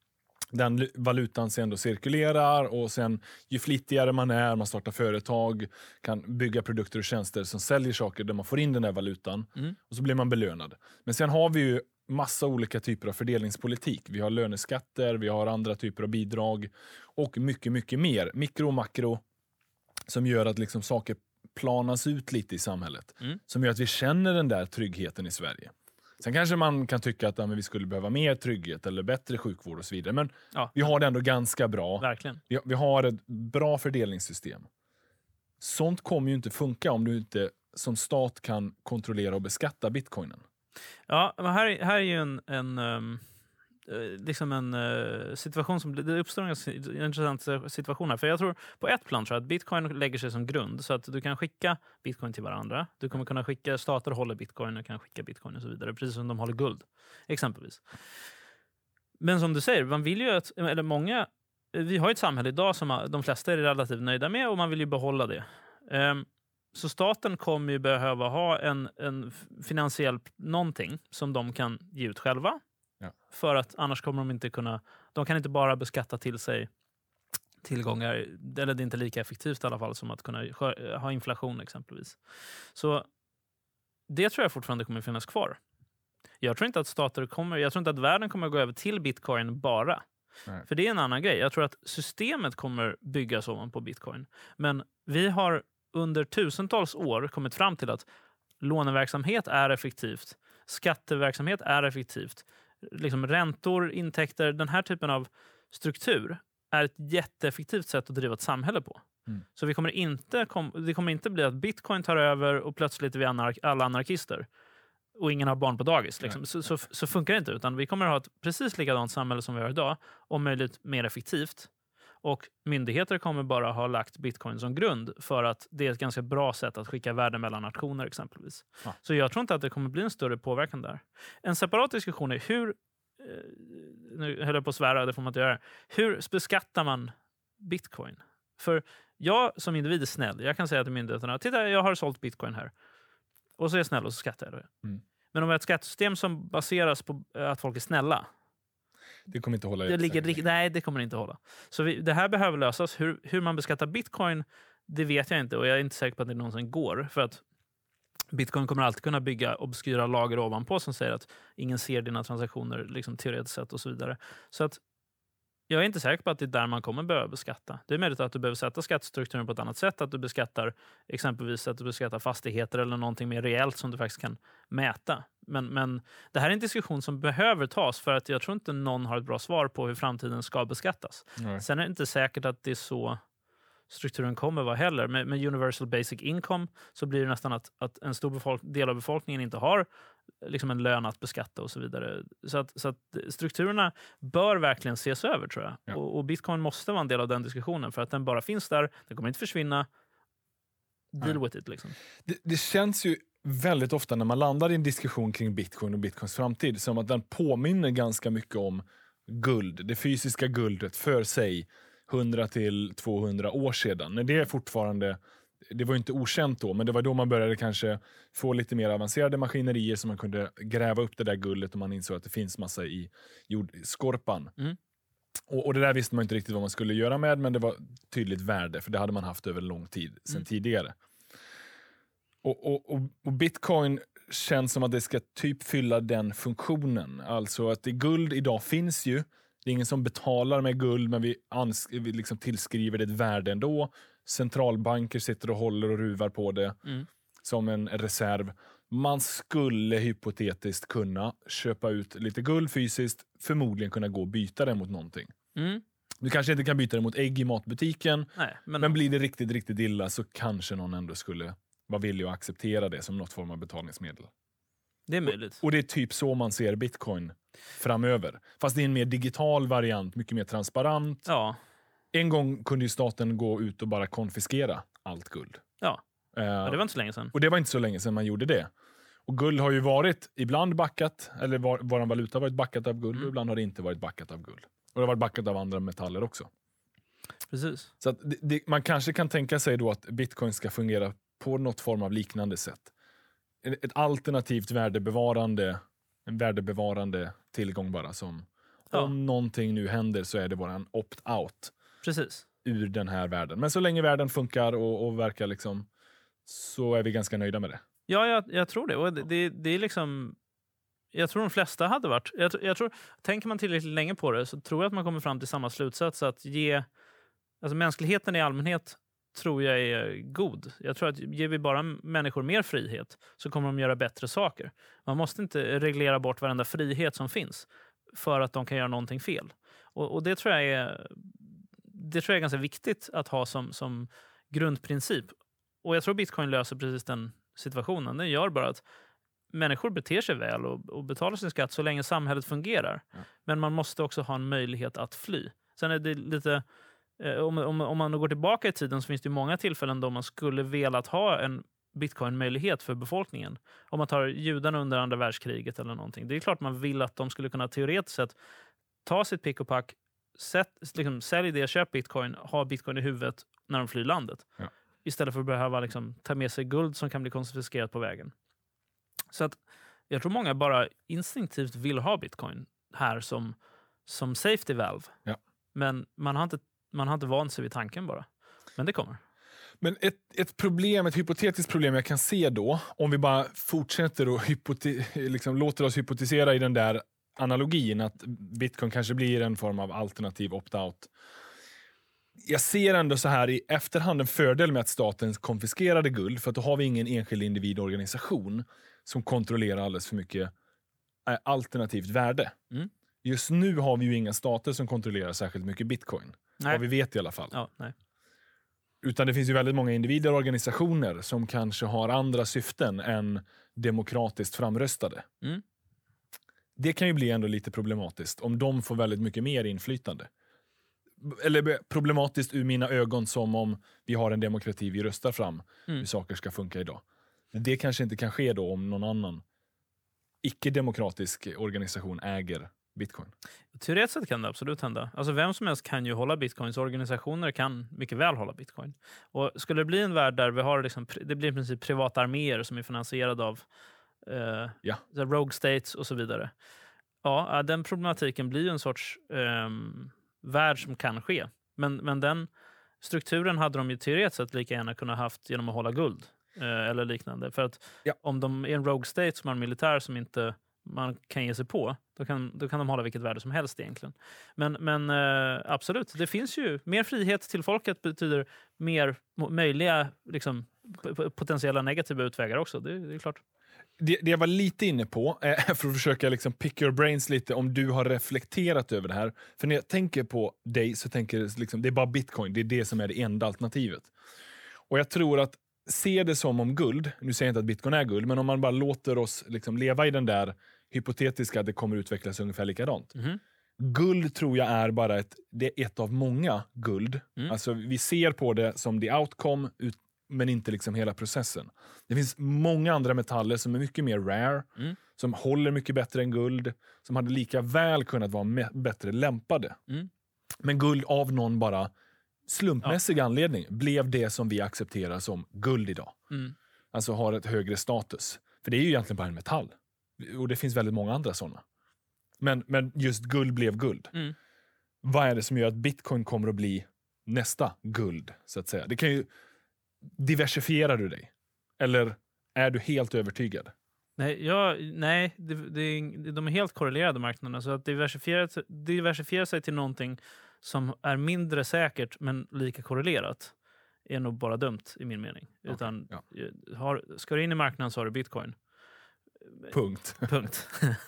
Den valutan sen då cirkulerar, och sen ju flitigare man är, man startar företag, kan bygga produkter och tjänster som säljer saker där man får in den där valutan. Mm. Och så blir man belönad. Men sen har vi ju massa olika typer av fördelningspolitik. Vi har löneskatter, vi har andra typer av bidrag och mycket, mycket mer. Mikro och makro som gör att liksom saker planas ut lite i samhället. Mm. Som gör att vi känner den där tryggheten i Sverige. Sen kanske man kan tycka att ja, men vi skulle behöva mer trygghet eller bättre sjukvård och så vidare. Men ja. vi har det ändå ganska bra. Verkligen. Vi, vi har ett bra fördelningssystem. Sånt kommer ju inte funka om du inte som stat kan kontrollera och beskatta bitcoinen. Ja, men här, här är ju en, en, um, liksom en uh, situation som det uppstår en intressant situation här. För jag tror på ett plan tror jag att bitcoin lägger sig som grund, så att du kan skicka bitcoin till varandra. Du kommer kunna skicka, stater håller bitcoin och kan skicka bitcoin och så vidare, precis som de håller guld exempelvis. Men som du säger, man vill ju att, eller många, vi har ett samhälle idag som de flesta är relativt nöjda med, och man vill ju behålla det. Um, Så staten kommer ju behöva ha en, en finansiell någonting som de kan ge ut själva. Ja. För att annars kommer de inte kunna, de kan inte bara beskatta till sig tillgångar, eller det är inte lika effektivt i alla fall som att kunna ha inflation exempelvis. Så det tror jag fortfarande kommer finnas kvar. Jag tror inte att stater kommer, jag tror inte att världen kommer gå över till bitcoin bara. Nej. För det är en annan grej. Jag tror att systemet kommer byggas ovanpå bitcoin. Men vi har under tusentals år kommit fram till att låneverksamhet är effektivt, skatteverksamhet är effektivt, liksom räntor, intäkter, den här typen av struktur är ett jätteeffektivt sätt att driva ett samhälle på. Mm. Så vi kommer inte kom, det kommer inte bli att bitcoin tar över och plötsligt är vi anark, alla anarkister och ingen har barn på dagis. Liksom. Så, så, så funkar det inte, utan vi kommer att ha ett precis likadant samhälle som vi har idag, om möjligt mer effektivt. Och myndigheter kommer bara ha lagt bitcoin som grund för att det är ett ganska bra sätt att skicka värden mellan nationer exempelvis. Ja. Så jag tror inte att det kommer bli en större påverkan där. En separat diskussion är hur, eh, nu höll jag på att svära, det får man inte göra. Hur beskattar man bitcoin? För jag som individ är snäll. Jag kan säga till myndigheterna, titta, jag har sålt bitcoin här. Och så är jag snäll och så skattar jag det. Mm. Men om vi har ett skattesystem som baseras på att folk är snälla, det kommer inte hålla. Det ligger, nej, det kommer inte hålla. Så vi, det här behöver lösas. Hur, hur man beskattar bitcoin, det vet jag inte. Och jag är inte säker på att det någonsin går. För att bitcoin kommer alltid kunna bygga obskyra lager ovanpå som säger att ingen ser dina transaktioner liksom teoretiskt sett och så vidare. Så att Jag är inte säker på att det är där man kommer behöva beskatta. Det är möjligt att du behöver sätta skattestrukturen på ett annat sätt. Att du beskattar exempelvis att du beskattar fastigheter eller någonting mer reellt som du faktiskt kan mäta. Men, men det här är en diskussion som behöver tas för att jag tror inte någon har ett bra svar på hur framtiden ska beskattas. Nej. Sen är det inte säkert att det är så strukturen kommer vara heller. Med, med Universal Basic Income så blir det nästan att, att en stor befolk- del av befolkningen inte har liksom en lön att beskatta och så vidare. Så att, så att strukturerna bör verkligen ses över, tror jag. Ja. Och, och Bitcoin måste vara en del av den diskussionen för att den bara finns där. Den kommer inte försvinna. Deal Nej. with it, liksom. Det, det känns ju väldigt ofta när man landar i en diskussion kring Bitcoin och Bitcoins framtid som att den påminner ganska mycket om guld. Det fysiska guldet för sig hundra till tvåhundra år sedan. Men det är fortfarande, det var ju inte okänt då, men det var då man började kanske få lite mer avancerade maskinerier så man kunde gräva upp det där guldet och man insåg att det finns massa i jordskorpan. Mm. Och, och det där visste man inte riktigt vad man skulle göra med, men det var tydligt värde, för det hade man haft över lång tid sedan mm. tidigare. Och, och, och, och Bitcoin känns som att det ska typ fylla den funktionen. Alltså att det guld idag finns ju. Det är ingen som betalar med guld, men vi, ans- vi liksom tillskriver det ett värde ändå. Centralbanker sitter och håller och ruvar på det mm. som en reserv. Man skulle hypotetiskt kunna köpa ut lite guld fysiskt, förmodligen kunna gå och byta det mot någonting. Mm. Du kanske inte kan byta det mot ägg i matbutiken, Nej, men... men blir det riktigt, riktigt illa så kanske någon ändå skulle vara villig att acceptera det som något form av betalningsmedel. Det är möjligt. Och, och det är typ så man ser Bitcoin framöver. Fast det är en mer digital variant, mycket mer transparent. Ja. En gång kunde ju staten gå ut och bara konfiskera allt guld. Ja, uh, ja det var inte så länge sedan. Och det var inte så länge sedan man gjorde det. Och guld har ju varit ibland backat, eller var, vår valuta har varit backat av guld, mm. och ibland har det inte varit backat av guld. Och det har varit backat av andra metaller också. Precis. Så att det, det, man kanske kan tänka sig då att Bitcoin ska fungera på något form av liknande sätt. Ett alternativt värdebevarande, en värdebevarande tillgång bara som ja. om någonting nu händer så är det bara en opt-out. Precis. Ur den här världen. Men så länge världen funkar och, och verkar liksom, så är vi ganska nöjda med det. Ja, jag, jag tror det. Och det, det, det är liksom, jag tror de flesta hade varit, jag, jag tror, tänker man tillräckligt länge på det så tror jag att man kommer fram till samma slutsats, att ge, alltså mänskligheten i allmänhet tror jag är god. Jag tror att ger vi bara människor mer frihet så kommer de göra bättre saker. Man måste inte reglera bort varenda frihet som finns för att de kan göra någonting fel. Och, och det tror jag är det tror jag är ganska viktigt att ha som, som grundprincip. Och jag tror Bitcoin löser precis den situationen. Den gör bara att människor beter sig väl och, och betalar sin skatt så länge samhället fungerar. Ja. Men man måste också ha en möjlighet att fly. Sen är det lite Om, om, om man går tillbaka i tiden så finns det många tillfällen då man skulle velat ha en Bitcoin-möjlighet för befolkningen. Om man tar judarna under andra världskriget eller någonting. Det är klart man vill att de skulle kunna teoretiskt sett ta sitt pick och pack, sätt, liksom, sälj det, köp Bitcoin, ha Bitcoin i huvudet när de flyr landet. Ja. Istället för att behöva liksom, ta med sig guld som kan bli konfiskerat på vägen. Så att jag tror många bara instinktivt vill ha Bitcoin här som, som safety valve. Ja. Men man har inte Man har inte vant sig vid tanken bara. Men det kommer. Men ett, ett problem, ett hypotetiskt problem jag kan se då, om vi bara fortsätter och hypote- liksom låter oss hypotisera i den där analogin att Bitcoin kanske blir en form av alternativ opt-out. Jag ser ändå så här i efterhand en fördel med att staten konfiskerade guld, för att då har vi ingen enskild individorganisation som kontrollerar alldeles för mycket alternativt värde. Mm. Just nu har vi ju inga stater som kontrollerar särskilt mycket Bitcoin. Nej. Vad vi vet i alla fall. Ja, nej. Utan det finns ju väldigt många individer och organisationer som kanske har andra syften än demokratiskt framröstade. Mm. Det kan ju bli ändå lite problematiskt om de får väldigt mycket mer inflytande. Eller problematiskt ur mina ögon som om vi har en demokrati vi röstar fram mm. hur saker ska funka idag. Det kanske inte kan ske då om någon annan icke-demokratisk organisation äger Bitcoin. Teoretiskt sett kan det absolut hända. Alltså vem som helst kan ju hålla Bitcoins. Organisationer kan mycket väl hålla Bitcoin. Och skulle det bli en värld där vi har liksom, det blir i princip privata arméer som är finansierade av eh, ja. rogue states och så vidare. Ja, den problematiken blir ju en sorts eh, värld som kan ske. Men, men den strukturen hade de ju teoretiskt sett lika gärna kunnat haft genom att hålla guld. Eh, eller liknande. För att ja. om de är en rogue state som har en militär som inte man kan ge sig på, då kan, då kan de hålla vilket värde som helst egentligen. Men, men eh, absolut, det finns ju mer frihet till folket betyder mer möjliga liksom, potentiella negativa utvägar också, det, det är klart. Det, det jag var lite inne på, eh, för att försöka liksom pick your brains lite, om du har reflekterat över det här. För när jag tänker på dig så tänker jag liksom, det är bara bitcoin, det är det som är det enda alternativet. Och jag tror att se det som om guld, nu säger jag inte att bitcoin är guld, men om man bara låter oss liksom leva i den där hypotetiska att det kommer utvecklas ungefär likadant. Mm. Guld tror jag är bara ett, det är ett av många guld. Mm. Alltså vi ser på det som the outcome, ut, men inte liksom hela processen. Det finns många andra metaller som är mycket mer rare, mm. som håller mycket bättre än guld, som hade lika väl kunnat vara me- bättre lämpade. Mm. Men guld av någon bara slumpmässig ja. anledning blev det som vi accepterar som guld idag. Mm. Alltså har ett högre status. För det är ju egentligen bara en metall. Och det finns väldigt många andra sådana. Men, men just guld blev guld. Mm. Vad är det som gör att bitcoin kommer att bli nästa guld, så att säga? Det kan ju... Diversifierar du dig? Eller är du helt övertygad? Nej, ja, nej det, det, de är helt korrelerade marknaderna. Så att diversifiera, diversifiera sig till någonting som är mindre säkert men lika korrelerat är nog bara dumt i min mening. Okay, Utan ja. har, ska du in i marknaden så har du bitcoin. Punkt. Punkt.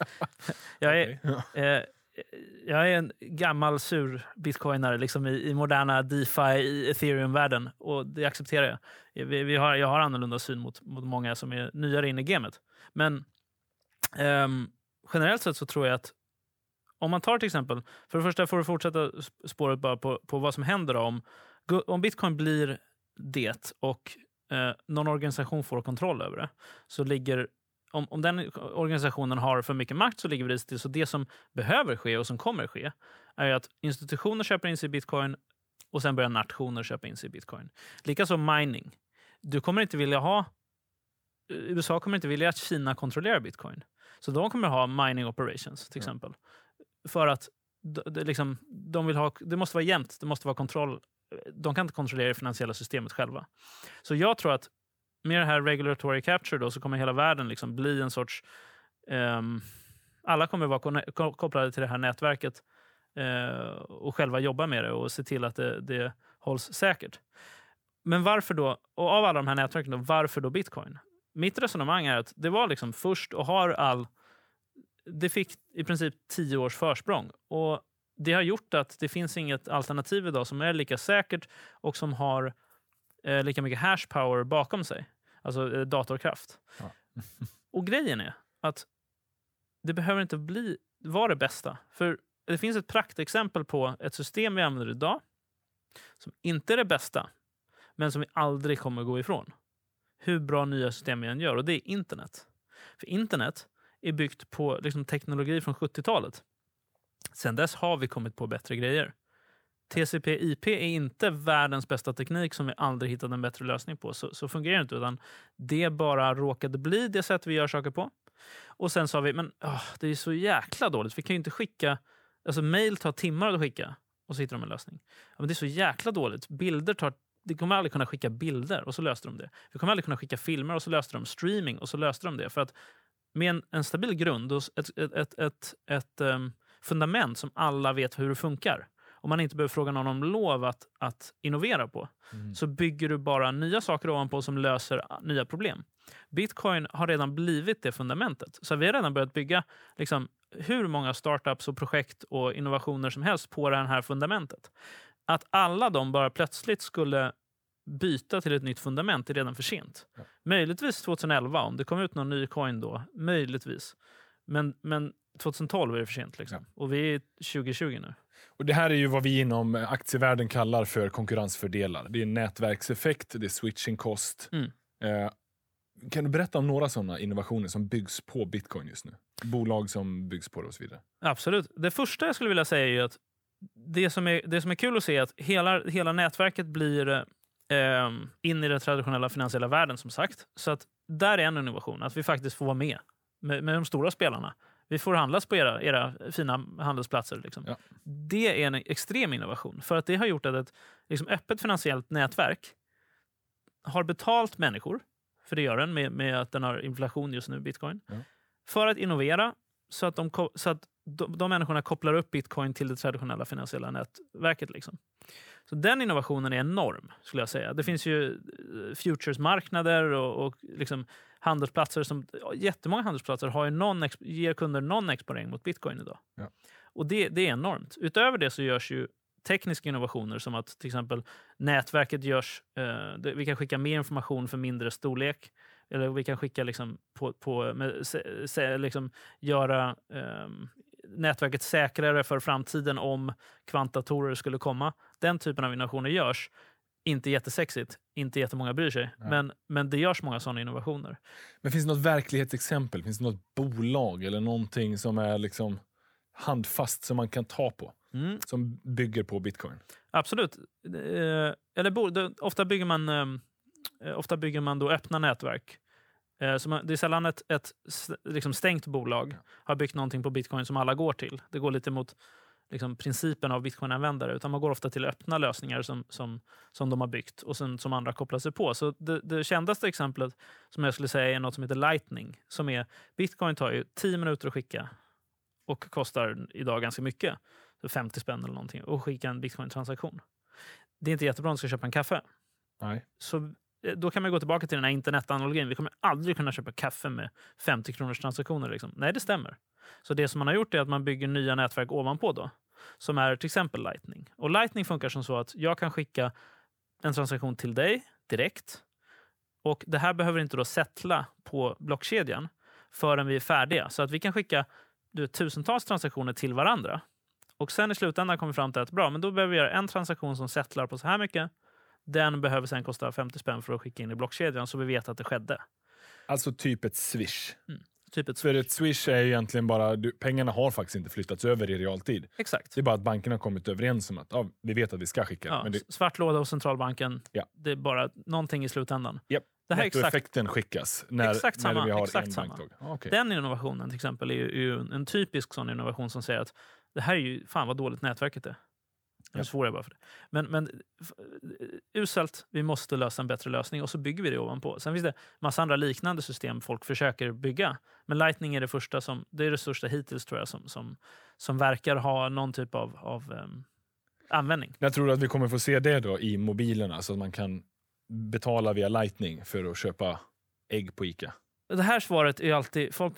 jag, är, okay. eh, jag är en gammal sur bitcoinare liksom i, i moderna DeFi, i Ethereum-världen. Och det accepterar jag. Vi, vi har, jag har annorlunda syn mot, mot många som är nyare in i gamet. Men eh, generellt sett så tror jag att om man tar till exempel, för det första får du fortsätta spåret bara på, på vad som händer då, om, om bitcoin blir det och eh, någon organisation får kontroll över det, så ligger, om, om den organisationen har för mycket makt så ligger det till, så det som behöver ske och som kommer ske är att institutioner köper in sig i bitcoin och sen börjar nationer köpa in sig i bitcoin. Likaså mining. Du kommer inte vilja ha, U S A kommer inte vilja att Kina kontrollerar bitcoin. Så de kommer ha mining operations till exempel. Mm. För att det, liksom, de vill ha, det måste vara jämnt, det måste vara kontroll. De kan inte kontrollera det finansiella systemet själva. Så jag tror att med det här regulatory capture då, så kommer hela världen liksom bli en sorts... Um, alla kommer vara kopplade till det här nätverket uh, och själva jobba med det och se till att det, det hålls säkert. Men varför då, och av alla de här nätverken då, varför då bitcoin? Mitt resonemang är att det var liksom först och har all... Det fick i princip tio års försprång. Och det har gjort att det finns inget alternativ idag som är lika säkert och som har eh, lika mycket hash power bakom sig. Alltså eh, datorkraft. Ja. Och grejen är att det behöver inte bli vara det bästa. För det finns ett praktexempel på ett system vi använder idag som inte är det bästa, men som vi aldrig kommer gå ifrån. Hur bra nya system vi än gör. Och det är internet. För internet är byggt på liksom, teknologi från sjuttiotalet. Sen dess har vi kommit på bättre grejer. T C P I P är inte världens bästa teknik som vi aldrig hittat en bättre lösning på. Så, så fungerar det inte, utan det bara råkade bli det sätt vi gör saker på. Och sen sa vi, men åh, det är så jäkla dåligt. Vi kan ju inte skicka, alltså mail tar timmar att skicka och så hittar de en lösning. Ja, men det är så jäkla dåligt. Bilder tar, det kommer aldrig kunna skicka bilder och så löste de det. Vi kommer aldrig kunna skicka filmer och så löste de streaming och så löste de det. För att med en, en stabil grund och ett, ett, ett, ett, ett um, fundament som alla vet hur det funkar, om man inte behöver fråga någon om lov att, att innovera på, mm. så bygger du bara nya saker ovanpå som löser nya problem. Bitcoin har redan blivit det fundamentet. Så vi har redan börjat bygga liksom, hur många startups och projekt och innovationer som helst på det här fundamentet. Att alla de bara plötsligt skulle byta till ett nytt fundament är redan för sent. Ja. Möjligtvis tjugoelva, om det kommer ut någon ny coin då. Möjligtvis. Men, men tjugotolv är det för sent. Liksom. Ja. Och vi är tjugo tjugo nu. Och det här är ju vad vi inom aktievärlden kallar för konkurrensfördelar. Det är en nätverkseffekt, det är switching cost. Mm. Eh, kan du berätta om några sådana innovationer som byggs på Bitcoin just nu? Bolag som byggs på det och så vidare. Absolut. Det första jag skulle vilja säga är ju att det som är, det som är kul att se är att hela, hela nätverket blir eh, in i den traditionella finansiella världen, som sagt. Så att där är en innovation, att vi faktiskt får vara med med, med de stora spelarna. Vi får handlas på era, era fina handelsplatser. Liksom. Ja. Det är en extrem innovation. För att det har gjort att ett liksom, öppet finansiellt nätverk har betalt människor, för det gör den med, med att den har inflation just nu, Bitcoin, ja. för att innovera så att, de, så att de, de människorna kopplar upp bitcoin till det traditionella finansiella nätverket. Liksom. Så den innovationen är enorm, skulle jag säga. Det finns ju futuresmarknader och, och liksom handelsplatser som, jättemånga handelsplatser har ju någon, ger kunder någon exponering mot bitcoin idag. Ja. Och det, det är enormt. Utöver det så görs ju tekniska innovationer som att till exempel nätverket görs, eh, det, vi kan skicka mer information för mindre storlek, eller vi kan skicka liksom på, på med, se, se, liksom göra eh, nätverket säkrare för framtiden om kvantdatorer skulle komma. Den typen av innovationer görs. Inte jättesexigt, inte jättemånga bryr sig, men, men det görs många sådana innovationer. Men finns det något verklighetsexempel? Finns det något bolag eller någonting som är liksom handfast som man kan ta på? Mm. Som bygger på bitcoin? Absolut. Eh, eller bo, det, ofta bygger man eh, ofta bygger man då öppna nätverk. Eh, så man, det är sällan ett, ett liksom stängt bolag ja. har byggt någonting på bitcoin som alla går till. Det går lite mot liksom principen av bitcoin-användare, utan man går ofta till öppna lösningar som, som, som de har byggt och sen, som andra kopplar sig på. Så det, det kändaste exemplet som jag skulle säga är något som heter Lightning, som är, bitcoin tar ju tio minuter att skicka och kostar idag ganska mycket, så femtio spänn eller någonting, och skicka en bitcoin-transaktion. Det är inte jättebra om du ska köpa en kaffe. Nej. Så då kan man gå tillbaka till den här internetanalogin. Vi kommer aldrig kunna köpa kaffe med femtio kronors transaktioner. Liksom. Nej, det stämmer. Så det som man har gjort är att man bygger nya nätverk ovanpå då. Som är till exempel Lightning. Och Lightning funkar som så att jag kan skicka en transaktion till dig direkt. Och det här behöver inte då settla på blockkedjan förrän vi är färdiga. Så att vi kan skicka du vet, tusentals transaktioner till varandra. Och sen i slutändan kommer vi fram till att bra, men då behöver vi göra en transaktion som settlar på så här mycket. Den behöver sen kosta femtio spänn för att skicka in i blockkedjan så vi vet att det skedde. Alltså typ ett swish. Mm. Typ ett För ett swish är egentligen bara, du, pengarna har faktiskt inte flyttats över i realtid. Exakt. Det är bara att bankerna har kommit överens om att ja, vi vet att vi ska skicka. Ja, men det... Svart låda hos centralbanken, ja. Det är bara någonting i slutändan. Yep. Det här är exakt, effekten skickas när, exakt samma, när vi har exakt en samma. banktåg. Ah, okay. Den innovationen till exempel är ju, är ju en typisk sån innovation som säger att det här är ju fan vad dåligt nätverket är. Nu svår jag bara för det. Men, men uselt, vi måste lösa en bättre lösning och så bygger vi det ovanpå. Sen finns det massa andra liknande system folk försöker bygga. Men Lightning är det första som, det är det största hittills tror jag som, som, som verkar ha någon typ av, av um, användning. Jag tror att vi kommer få se det då i mobilerna så att man kan betala via Lightning för att köpa ägg på Ica. Det här svaret är alltid, folk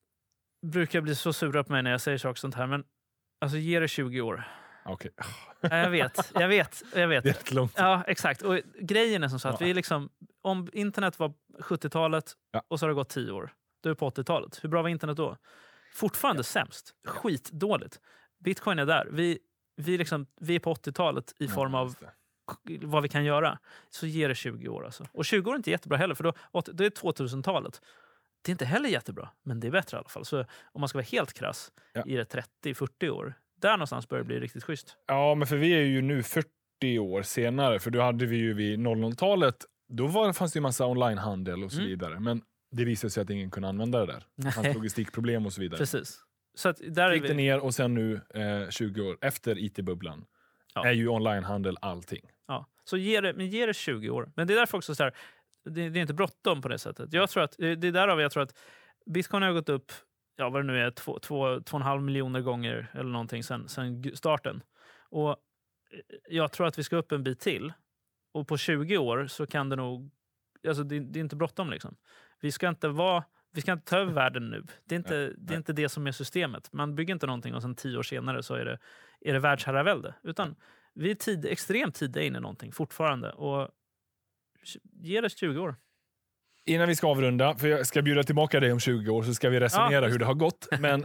brukar bli så sura på mig när jag säger saker sånt här, men alltså ge det tjugo år. Okej. Ja, jag vet, jag vet, jag vet. Det är ett långt. Ja, exakt. Och grejen är som så att ja. vi liksom, om internet var sjuttiotalet ja. och så har det gått tio år, då är det på åttiotalet. Hur bra var internet då? Fortfarande ja. sämst. Skitdåligt. Bitcoin är där. Vi, vi, liksom, vi är på åttiotalet i form av vad vi kan göra. Så ger det tjugo år alltså. Och tjugo år är inte jättebra heller, för då, det är tvåtusentalet. Det är inte heller jättebra, men det är bättre i alla fall. Så om man ska vara helt krass, ja. i det trettio till fyrtio år, där någonstans börjar det bli riktigt schysst. Ja, men för vi är ju nu fyrtio år senare. För då hade vi ju vid noll noll-talet, då var, fanns det ju massa onlinehandel och så mm. vidare. Men det visade sig att ingen kunde använda det där. Det fanns logistikproblem och så vidare. Precis. Så att där gick är det vi... ner och sen nu, eh, tjugo år efter I T-bubblan, ja. är ju onlinehandel allting. Ja, så ge det, men ge det tjugo år. Men det är därför också så här, det, det är inte bråttom på det sättet. Jag tror att, det är därav jag tror att Bitcoin har gått upp, ja vad det nu är, två, två, två och en halv miljoner gånger eller någonting sen, sen starten. Och jag tror att vi ska upp en bit till. Och på tjugo år så kan det nog, alltså det, det är inte bråttom liksom. Vi ska inte vara, vi ska inte ta över världen nu. Det är inte, nej, det är inte det som är systemet. Man bygger inte någonting och sen tio år senare så är det, är det världsherravälde. Utan vi är tid, extremt tidiga in i någonting fortfarande. Och ge det tjugo år. Innan vi ska avrunda, för jag ska bjuda tillbaka dig om tjugo år så ska vi resonera ja. hur det har gått. Men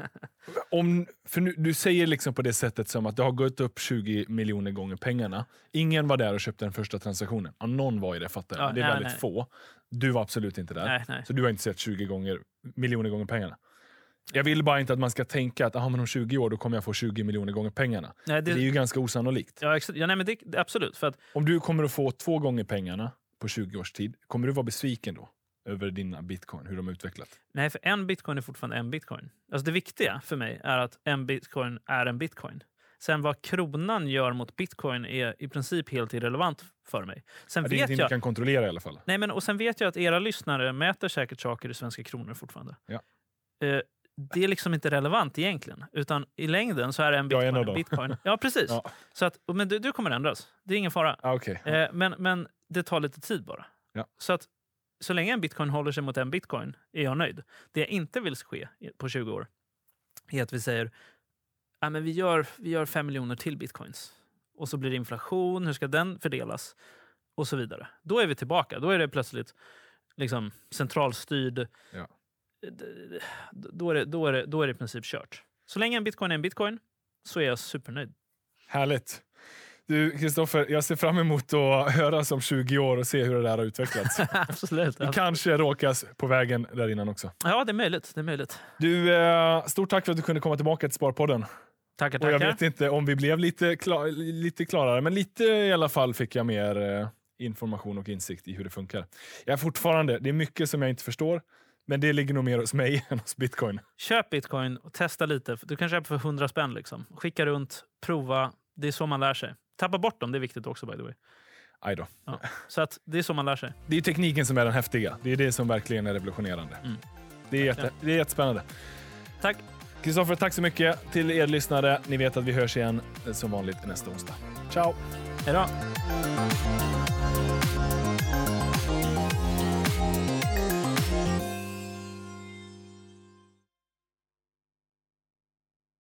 om, för nu, du säger liksom på det sättet som att det har gått upp tjugo miljoner gånger pengarna. Ingen var där och köpte den första transaktionen. Ja, någon var i det, fattar jag. Ja, det är nej, väldigt nej. få. Du var absolut inte där. Nej, nej. Så du har inte sett tjugo gånger, miljoner gånger pengarna. Jag vill bara inte att man ska tänka att aha, men om tjugo år då kommer jag få tjugo miljoner gånger pengarna. Nej, det... det är ju ganska osannolikt. Ja, ja nej, men det, absolut. För att... Om du kommer att få två gånger pengarna på tjugo års tid, kommer du vara besviken då? Över dina bitcoin, hur de har utvecklat? Nej, för en bitcoin är fortfarande en bitcoin. Alltså det viktiga för mig är att en bitcoin är en bitcoin. Sen vad kronan gör mot bitcoin är i princip helt irrelevant för mig. Sen ja, det är vet ingenting jag... du kan kontrollera i alla fall. Nej, men och sen vet jag att era lyssnare mäter säkert saker i svenska kronor fortfarande. Ja. Eh, det är liksom inte relevant egentligen. Utan i längden så är det en bitcoin. Jag är en av bitcoin. Ja, precis. Ja. Så att, men du, du kommer ändras. Det är ingen fara. Ah, okay. ja. eh, men, men det tar lite tid bara. Ja. Så att så länge en bitcoin håller sig mot en bitcoin är jag nöjd. Det jag inte vill ske på tjugo år är att vi säger ja, men vi gör, vi gör fem miljoner till bitcoins. Och så blir det inflation. Hur ska den fördelas? Och så vidare. Då är vi tillbaka. Då är det plötsligt liksom centralstyrd. Ja. Då är det, då är det, då är det i princip kört. Så länge en bitcoin är en bitcoin så är jag supernöjd. Härligt. Du, Kristoffer, jag ser fram emot att höra om tjugo år och se hur det där har utvecklats. Absolut. Vi kanske råkas på vägen där innan också. Ja, det är möjligt. Det är möjligt. Du, stort tack för att du kunde komma tillbaka till Sparpodden. Tackar, tackar. Och jag vet inte om vi blev lite, klar, lite klarare, men lite i alla fall fick jag mer eh, information och insikt i hur det funkar. Jag är fortfarande, det är mycket som jag inte förstår, men det ligger nog mer hos mig än hos Bitcoin. Köp Bitcoin och testa lite. Du kan köpa för hundra spänn liksom. Skicka runt, prova. Det är så man lär sig. Tappa bort dem, det är viktigt också by the way. Aj då. Ja. Så att det är så man lär sig. Det är tekniken som är den häftiga. Det är det som verkligen är revolutionerande. Mm. Det är, jätte, det är jättespännande. Tack. Kristoffer, tack så mycket till er lyssnare. Ni vet att vi hörs igen som vanligt nästa onsdag. Ciao! Hej då!